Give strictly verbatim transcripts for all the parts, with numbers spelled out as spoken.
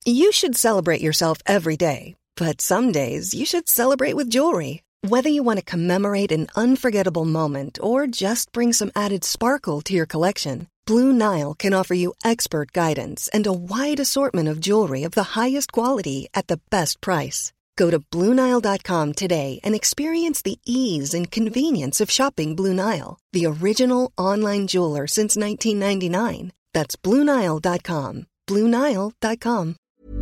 You should celebrate yourself every day, but some days you should celebrate with jewelry. Whether you want to commemorate an unforgettable moment or just bring some added sparkle to your collection, Blue Nile can offer you expert guidance and a wide assortment of jewelry of the highest quality at the best price. Go to Blue Nile dot com today and experience the ease and convenience of shopping Blue Nile, the original online jeweler since nineteen ninety-nine. That's Blue Nile dot com. Blue Nile dot com.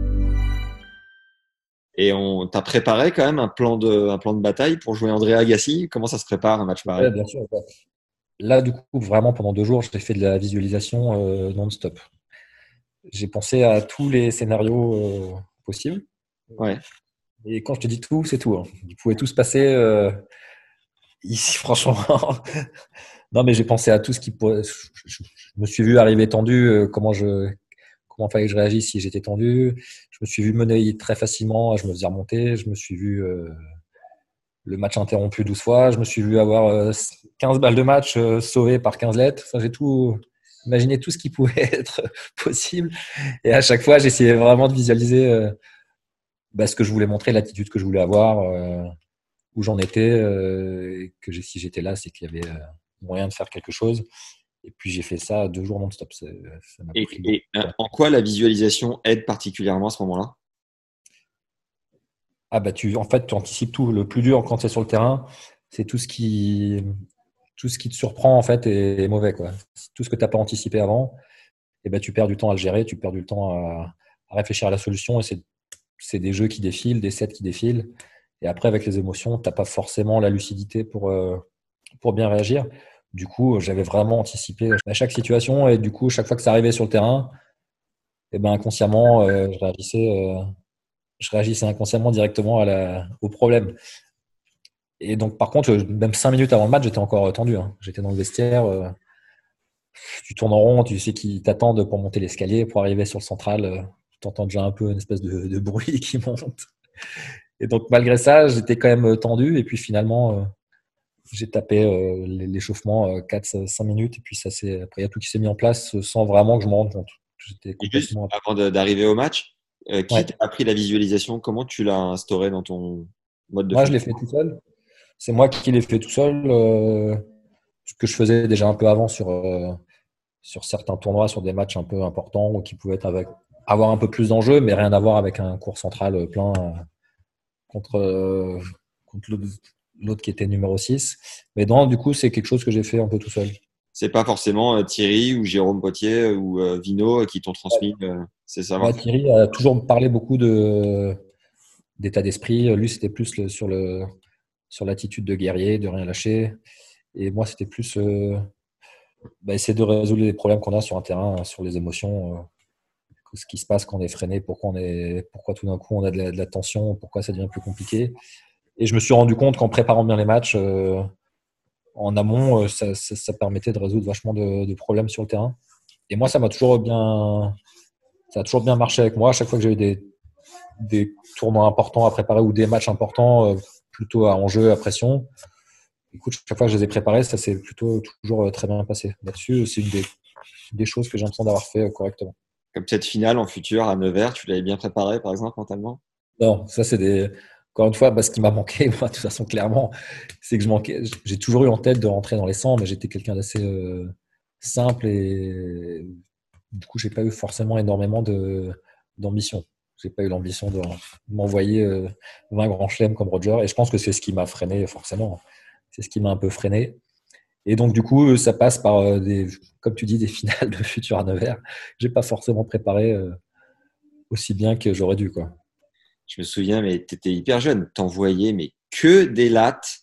Et on t'a préparé quand même un plan de, un plan de bataille pour jouer André Agassi. Comment ça se prépare un match pareil? Ouais, bien sûr. Ouais. Là, du coup, vraiment, pendant deux jours, j'ai fait de la visualisation euh, non-stop. J'ai pensé à tous les scénarios euh, possibles. Ouais. Et quand je te dis tout, c'est tout. Hein. Il pouvait tout se passer euh, ici, franchement. Non, mais j'ai pensé à tout ce qui pourrait. Je, je, je me suis vu arriver tendu, euh, comment je, comment fallait que je réagisse si j'étais tendu. Je me suis vu mener très facilement, je me faisais remonter. Je me suis vu euh, le match interrompu douze fois. Je me suis vu avoir euh, quinze balles de match euh, sauvées par quinze lettres. Enfin, j'ai tout imaginé, tout ce qui pouvait être possible. Et à chaque fois, j'essayais vraiment de visualiser euh, bah, ce que je voulais montrer, l'attitude que je voulais avoir, euh, où j'en étais. Euh, et que si j'étais là, c'est qu'il y avait euh, moyen de faire quelque chose. Et puis, j'ai fait ça deux jours non-stop. Ça, ça m'a Et, pris et en quoi la visualisation aide particulièrement à ce moment-là? Ah bah tu, en fait, tu anticipes tout. Le plus dur quand tu es sur le terrain, c'est tout ce qui, tout ce qui te surprend en fait est, est mauvais, quoi. Tout ce que tu n'as pas anticipé avant, et ben tu perds du temps à le gérer, tu perds du temps à, à réfléchir à la solution. Et c'est, c'est des jeux qui défilent, des sets qui défilent. Et après, avec les émotions, tu n'as pas forcément la lucidité pour, euh, pour bien réagir. Du coup, j'avais vraiment anticipé à chaque situation. Et du coup, chaque fois que ça arrivait sur le terrain, et ben inconsciemment, euh, je réagissais. Euh, je réagissais inconsciemment directement à la, au problème. Et donc, par contre, même cinq minutes avant le match, j'étais encore tendu. Hein. J'étais dans le vestiaire. Euh, tu tournes en rond, tu sais qu'ils t'attendent pour monter l'escalier, pour arriver sur le central. Euh, tu entends déjà un peu une espèce de, de bruit qui monte. Et donc, malgré ça, j'étais quand même tendu. Et puis, finalement, euh, j'ai tapé euh, l'échauffement euh, quatre cinq minutes. Et puis, ça s'est, après, il y a tout qui s'est mis en place sans vraiment que je m'en rende compte. J'étais complètement... Juste avant de, d'arriver au match, Euh, qui ouais. t'a appris la visualisation? Comment tu l'as instauré dans ton mode de Moi, foot? je l'ai fait tout seul. C'est moi qui l'ai fait tout seul. Euh, ce que je faisais déjà un peu avant sur, euh, sur certains tournois, sur des matchs un peu importants ou qui pouvaient être avec, avoir un peu plus d'enjeux, mais rien à voir avec un court central plein euh, contre, euh, contre l'autre, l'autre qui était numéro six. Mais non, du coup, c'est quelque chose que j'ai fait un peu tout seul. C'est pas forcément euh, Thierry ou Jérôme Potier ou euh, Vino qui t'ont transmis euh, ces savoirs. Ouais, Thierry a toujours parlé beaucoup de, d'état d'esprit. Lui, c'était plus le, sur, le, sur l'attitude de guerrier, de rien lâcher. Et moi, c'était plus euh, bah, essayer de résoudre les problèmes qu'on a sur un terrain, sur les émotions, euh, ce qui se passe quand on est freiné, pourquoi, on est, pourquoi tout d'un coup on a de la, de la tension, pourquoi ça devient plus compliqué. Et je me suis rendu compte qu'en préparant bien les matchs, euh, en amont, ça, ça, ça permettait de résoudre vachement de, de problèmes sur le terrain. Et moi, ça m'a toujours bien, ça a toujours bien marché avec moi. À chaque fois que j'ai eu des, des tournois importants à préparer ou des matchs importants, euh, plutôt à enjeu, à pression, écoute, chaque fois que je les ai préparés, ça s'est plutôt toujours très bien passé. Là-dessus, c'est une des, des choses que j'ai l'impression d'avoir fait correctement. Comme cette finale en futur à Nevers, tu l'avais bien préparée, par exemple, mentalement? Non, ça c'est des… Encore une fois, bah, ce qui m'a manqué, moi, de toute façon, clairement, c'est que je manquais… j'ai toujours eu en tête de rentrer dans les cent, mais j'étais quelqu'un d'assez euh, simple et du coup, j'ai pas eu forcément énormément de, d'ambition. J'ai pas eu l'ambition de m'envoyer euh, vingt grands chelems comme Roger, et je pense que c'est ce qui m'a freiné, forcément. C'est ce qui m'a un peu freiné. Et donc, du coup, ça passe par des, comme tu dis, des finales de futur à Nevers. J'ai pas forcément préparé euh, aussi bien que j'aurais dû, quoi. Je me souviens, mais tu étais hyper jeune. T'envoyais, mais que des lattes.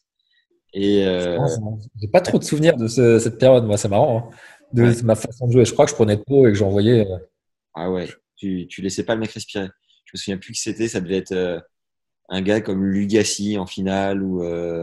Et euh... J'ai pas trop de souvenirs de ce, cette période, moi, c'est marrant, hein, de ouais. ma façon de jouer. Je crois que je prenais trop et que j'envoyais. Euh... Ah ouais, tu, tu laissais pas le mec respirer. Je me souviens plus qui c'était. Ça devait être euh, un gars comme Lugassi en finale ou, euh,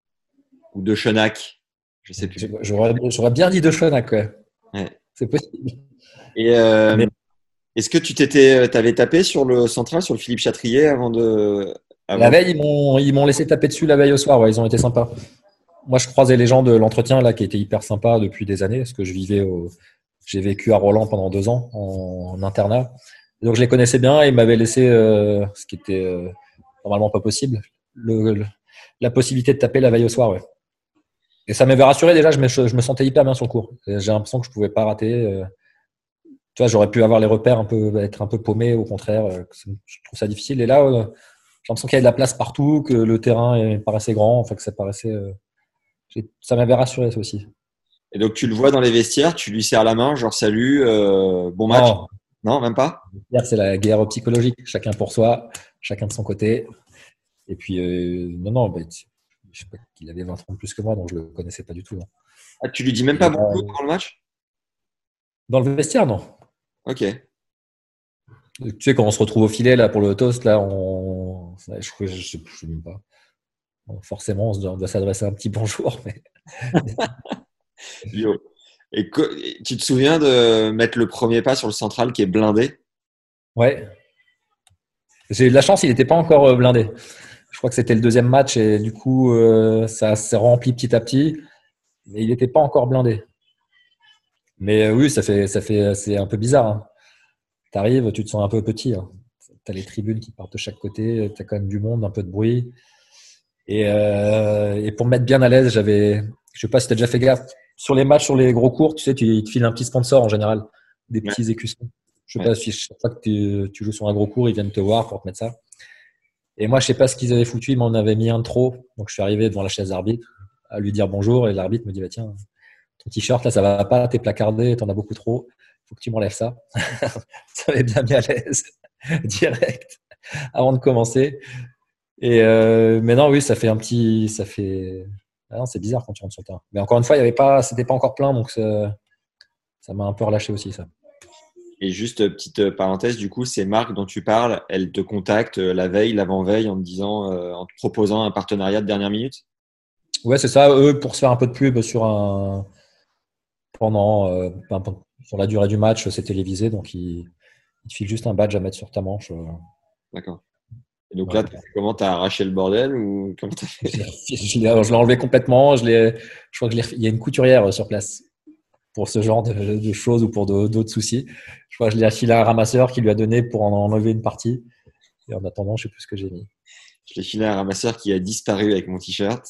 ou De Chenac. Je sais plus. J'aurais, j'aurais bien dit De Chenac, ouais. Ouais. C'est possible. Et euh, mais... est-ce que tu t'étais, t'avais tapé sur le central, sur le Philippe Chatrier avant de. Avant... La veille, ils m'ont, ils m'ont laissé taper dessus la veille au soir. Ouais, ils ont été sympas. Moi, je croisais les gens de l'entretien là qui étaient hyper sympas depuis des années, parce que je vivais au. J'ai vécu à Roland pendant deux ans en, en internat. Donc je les connaissais bien et ils m'avaient laissé, euh, ce qui était euh, normalement pas possible, le, le- la possibilité de taper la veille au soir. Ouais. Et ça m'avait rassuré déjà, je me, je me sentais hyper bien sur le cours. Et j'ai l'impression que je pouvais pas rater. euh. Tu vois, j'aurais pu avoir les repères, un peu, être un peu paumé, au contraire. euh, Je trouve ça difficile. Et là, euh, j'ai l'impression qu'il y avait de la place partout, que le terrain est- paraissait grand, enfin que ça paraissait. euh, j'ai- ça m'avait rassuré ça aussi. Et donc, tu le vois dans les vestiaires, tu lui serres la main, genre salut, euh, bon match. Non, Non, même pas? hier, c'est la guerre psychologique, chacun pour soi, chacun de son côté. Et puis, euh, non, non, bah, tu- je sais pas qu'il avait vingt ans de plus que moi, donc je le connaissais pas du tout. Non. Ah, tu lui dis même Et pas là, bonjour pendant le match? dans le vestiaire, non. Ok. Tu sais, quand on se retrouve au filet là pour le toast, là, on, je, je, je sais je sais même pas. Bon, forcément, on se doit, on doit s'adresser un petit bonjour, mais Yo. Et co- et tu te souviens de mettre le premier pas sur le central qui est blindé? ouais. J'ai eu de la chance, il n'était pas encore euh, blindé. Je crois que c'était le deuxième match et du coup, euh, ça s'est rempli petit à petit, mais il n'était pas encore blindé. Mais euh, oui, ça fait, ça fait, c'est un peu bizarre. Hein. Tu arrives, tu te sens un peu petit. Hein. Tu as les tribunes qui partent de chaque côté, tu as quand même du monde, un peu de bruit. Et, euh, et pour me mettre bien à l'aise, j'avais, je sais pas si tu as déjà fait gaffe, sur les matchs, sur les gros cours, tu sais, tu, ils te filent un petit sponsor en général, des Ouais, petits écussons. Je sais ouais. pas si chaque fois que tu, tu joues sur un gros cours, ils viennent te voir pour te mettre ça. Et moi, je sais pas ce qu'ils avaient foutu, ils m'en avaient mis un de trop. Donc, je suis arrivé devant la chaise d'arbitre à lui dire bonjour et l'arbitre me dit bah, tiens, ton t-shirt là, ça va pas, t'es placardé, t'en as beaucoup trop, faut que tu m'enlèves ça. Ça m'avait bien mis à l'aise direct avant de commencer. Et euh, mais non, oui, ça fait un petit, ça fait, ah non, c'est bizarre quand tu rentres sur le terrain. Mais encore une fois, il y avait pas, c'était pas encore plein, donc ça, ça m'a un peu relâché aussi ça. Et juste euh, petite euh, parenthèse, du coup, ces marques dont tu parles, elles te contactent euh, la veille, l'avant-veille, en te disant, euh, en te proposant un partenariat de dernière minute? Ouais, c'est ça. Eux, pour se faire un peu de pub sur un, pendant, euh, ben, pen- sur la durée du match, c'est télévisé, donc ils, ils te filent juste un badge à mettre sur ta manche. euh, D'accord. Et donc là, voilà. t'as fait comment? T'as arraché le bordel ou comment t'as fait? Je l'ai je l'ai- je l'ai enlevé complètement. Je l'ai, je crois que je l'ai refait- il y a une couturière euh, sur place pour ce genre de, de choses ou pour de- d'autres soucis. Je crois que je l'ai affilé à un ramasseur qui lui a donné pour en enlever une partie. Et en attendant, je sais plus ce que j'ai mis. Je l'ai filé à un ramasseur qui a disparu avec mon t-shirt.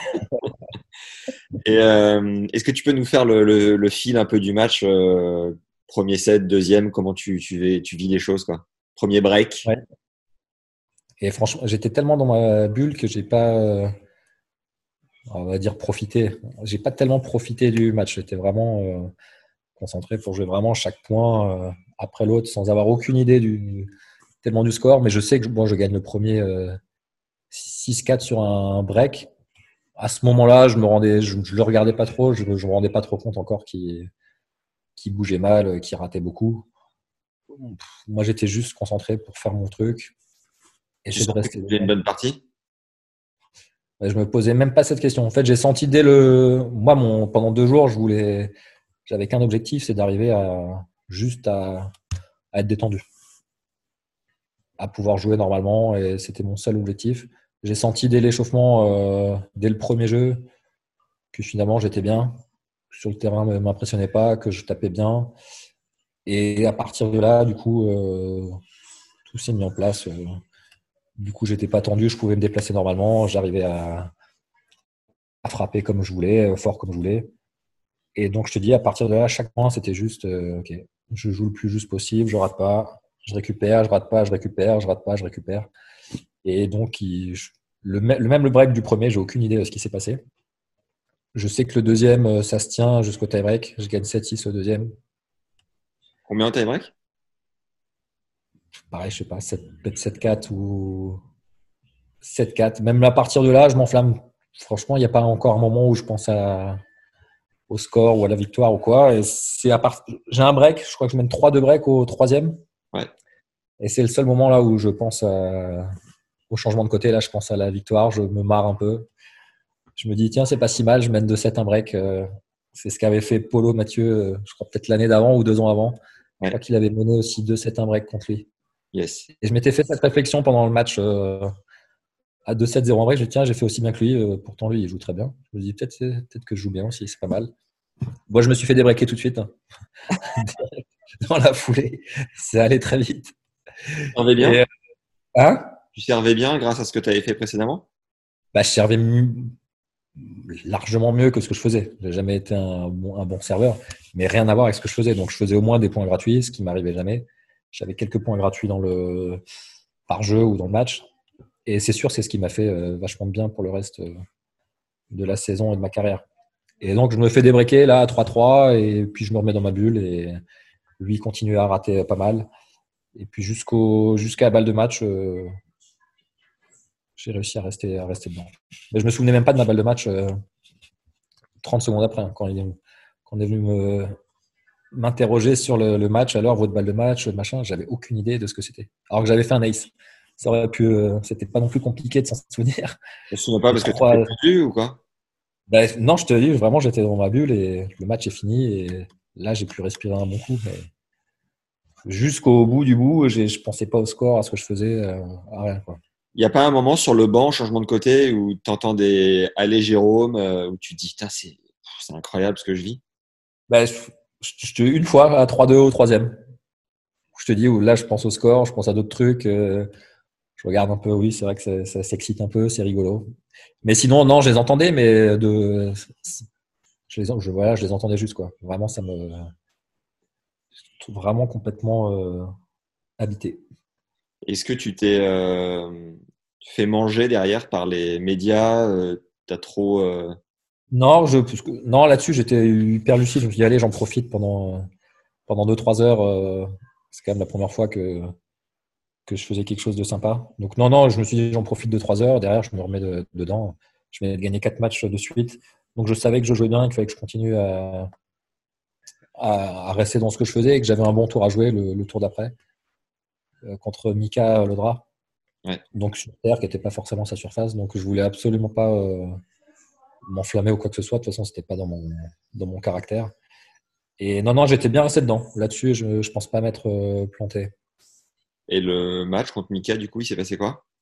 Et euh, est-ce que tu peux nous faire le, le, le fil un peu du match, euh, premier set, deuxième, comment tu, tu, vis- tu vis les choses, quoi? Premier break. Ouais. Et franchement, j'étais tellement dans ma bulle que j'ai pas, euh, on va dire profité. J'ai pas tellement profité du match. J'étais vraiment euh, concentré pour jouer vraiment chaque point euh, après l'autre sans avoir aucune idée du tellement du score. Mais je sais que bon, je gagne le premier euh, six quatre sur un break. À ce moment-là, je me rendais, je, je le regardais pas trop, je, je me rendais pas trop compte encore qu'il qu'il bougeait mal, qu'il ratait beaucoup. Moi, j'étais juste concentré pour faire mon truc, Tu essayer de sentais que rester tu faisais une dedans. bonne partie? Ouais, je me posais même pas cette question. En fait, j'ai senti dès le, moi, mon, pendant deux jours, je voulais, j'avais qu'un objectif, c'est d'arriver à juste à, à être détendu, à pouvoir jouer normalement, et c'était mon seul objectif. J'ai senti dès l'échauffement, euh, dès le premier jeu, que finalement j'étais bien, sur le terrain ne m'impressionnait pas, que je tapais bien. Et à partir de là, du coup, euh, tout s'est mis en place. Euh, du coup, j'étais pas tendu, je pouvais me déplacer normalement, j'arrivais à, à frapper comme je voulais, euh, fort comme je voulais. Et donc, je te dis, à partir de là, chaque point, c'était juste, euh, ok, je joue le plus juste possible, je rate pas, je récupère, je rate pas, je récupère, je rate pas, je récupère. Et donc, il- je- le, mê- le même le break du premier, j'ai aucune idée de ce qui s'est passé. Je sais que le deuxième, euh, ça se tient jusqu'au tie-break. Je gagne sept six au deuxième. Combien en tie-break? Pareil, je sais pas, sept- peut-être sept quatre ou sept quatre. Même à partir de là, je m'enflamme. Franchement, il n'y a pas encore un moment où je pense à, au score ou à la victoire ou quoi. Et c'est à part... J'ai un break, je crois que je mène trois de break au troisième. Ouais. Et c'est le seul moment là où je pense à- au changement de côté. Là, je pense à la victoire, je me marre un peu. Je me dis, tiens, c'est pas si mal, je mène deux sept un break. Euh, c'est ce qu'avait fait Polo Mathieu, euh, je crois peut-être l'année d'avant ou deux ans avant. Je crois Ouais. qu'il avait mené aussi deux sept un break contre lui. Yes. Et je m'étais fait cette réflexion pendant le match euh, à deux sept zéro en break. Je me dis, tiens, j'ai fait aussi bien que lui. Euh, pourtant, lui, il joue très bien. Je me dis, peut-être peut-être que je joue bien aussi, c'est pas mal. Moi, je me suis fait débreaker tout de suite. Hein. dans la foulée. C'est allé très vite. Tu servais bien? Et, hein? Tu servais bien grâce à ce que tu avais fait précédemment? Bah, je servais mieux- largement mieux que ce que je faisais. J'ai jamais été un bon, un bon serveur, mais rien à voir avec ce que je faisais. Donc, je faisais au moins des points gratuits, ce qui m'arrivait jamais. J'avais quelques points gratuits dans le par jeu ou dans le match. Et c'est sûr, c'est ce qui m'a fait euh, vachement de bien pour le reste euh, de la saison et de ma carrière. Et donc, je me fais débriquer là à trois trois et puis je me remets dans ma bulle et lui continue à rater pas mal. Et puis jusqu'au jusqu'à la balle de match, euh, j'ai réussi à rester à rester dedans. Mais je me souvenais même pas de ma balle de match euh, trente secondes après, hein, quand, il, quand on est venu me, m'interroger sur le, le match. Alors, votre balle de match, machin, j'avais aucune idée de ce que c'était. Alors que j'avais fait un ace. Ça aurait pu, euh, c'était pas non plus compliqué de s'en souvenir. Je me souviens pas Et parce que tu trois, ne plus ou quoi? ben, non, je te dis, vraiment, j'étais dans ma bulle et le match est fini. Et là, j'ai pu respirer un bon coup. Mais jusqu'au bout du bout, j'ai, je pensais pas au score, à ce que je faisais, euh, à rien, quoi. Il n'y a pas un moment sur le banc, changement de côté, où tu entends des Allez Jérôme, euh, où tu te dis, putain, c'est, c'est incroyable ce que je vis. Ben, je, je, je- une fois, à trois deux au troisième. Je te dis, où là, je pense au score, je pense à d'autres trucs. euh, je regarde un peu, oui, c'est vrai que ça, ça s'excite un peu, c'est rigolo. Mais sinon, non, je les entendais, mais de, je les, je, voilà, je les entendais juste, quoi. Vraiment, ça me, vraiment complètement euh, habité. Est-ce que tu t'es euh, fait manger derrière par les médias? Euh, t'as trop. euh, Non, je, parce que- non, là-dessus, j'étais hyper lucide. Je me suis dit, allez, j'en profite pendant, pendant deux, trois heures. euh, c'est quand même la première fois que, que je faisais quelque chose de sympa. Donc, non, non, je me suis dit, j'en profite deux, trois heures. Derrière, je me remets de- dedans. Je venais de gagner quatre matchs de suite. Donc, je savais que je jouais bien et qu'il fallait que je continue à, à, à rester dans ce que je faisais et que j'avais un bon tour à jouer le, le tour d'après euh, contre Mika Lodra. Ouais. Donc, sur terre, qui n'était pas forcément sa surface. Donc, je voulais absolument pas euh, m'enflammer ou quoi que ce soit. De toute façon, c'était pas dans mon, dans mon caractère. Et non, non, j'étais bien resté dedans. Là-dessus, je, je pense pas m'être euh, planté. Et le match contre Mika, du coup, il s'est passé quoi?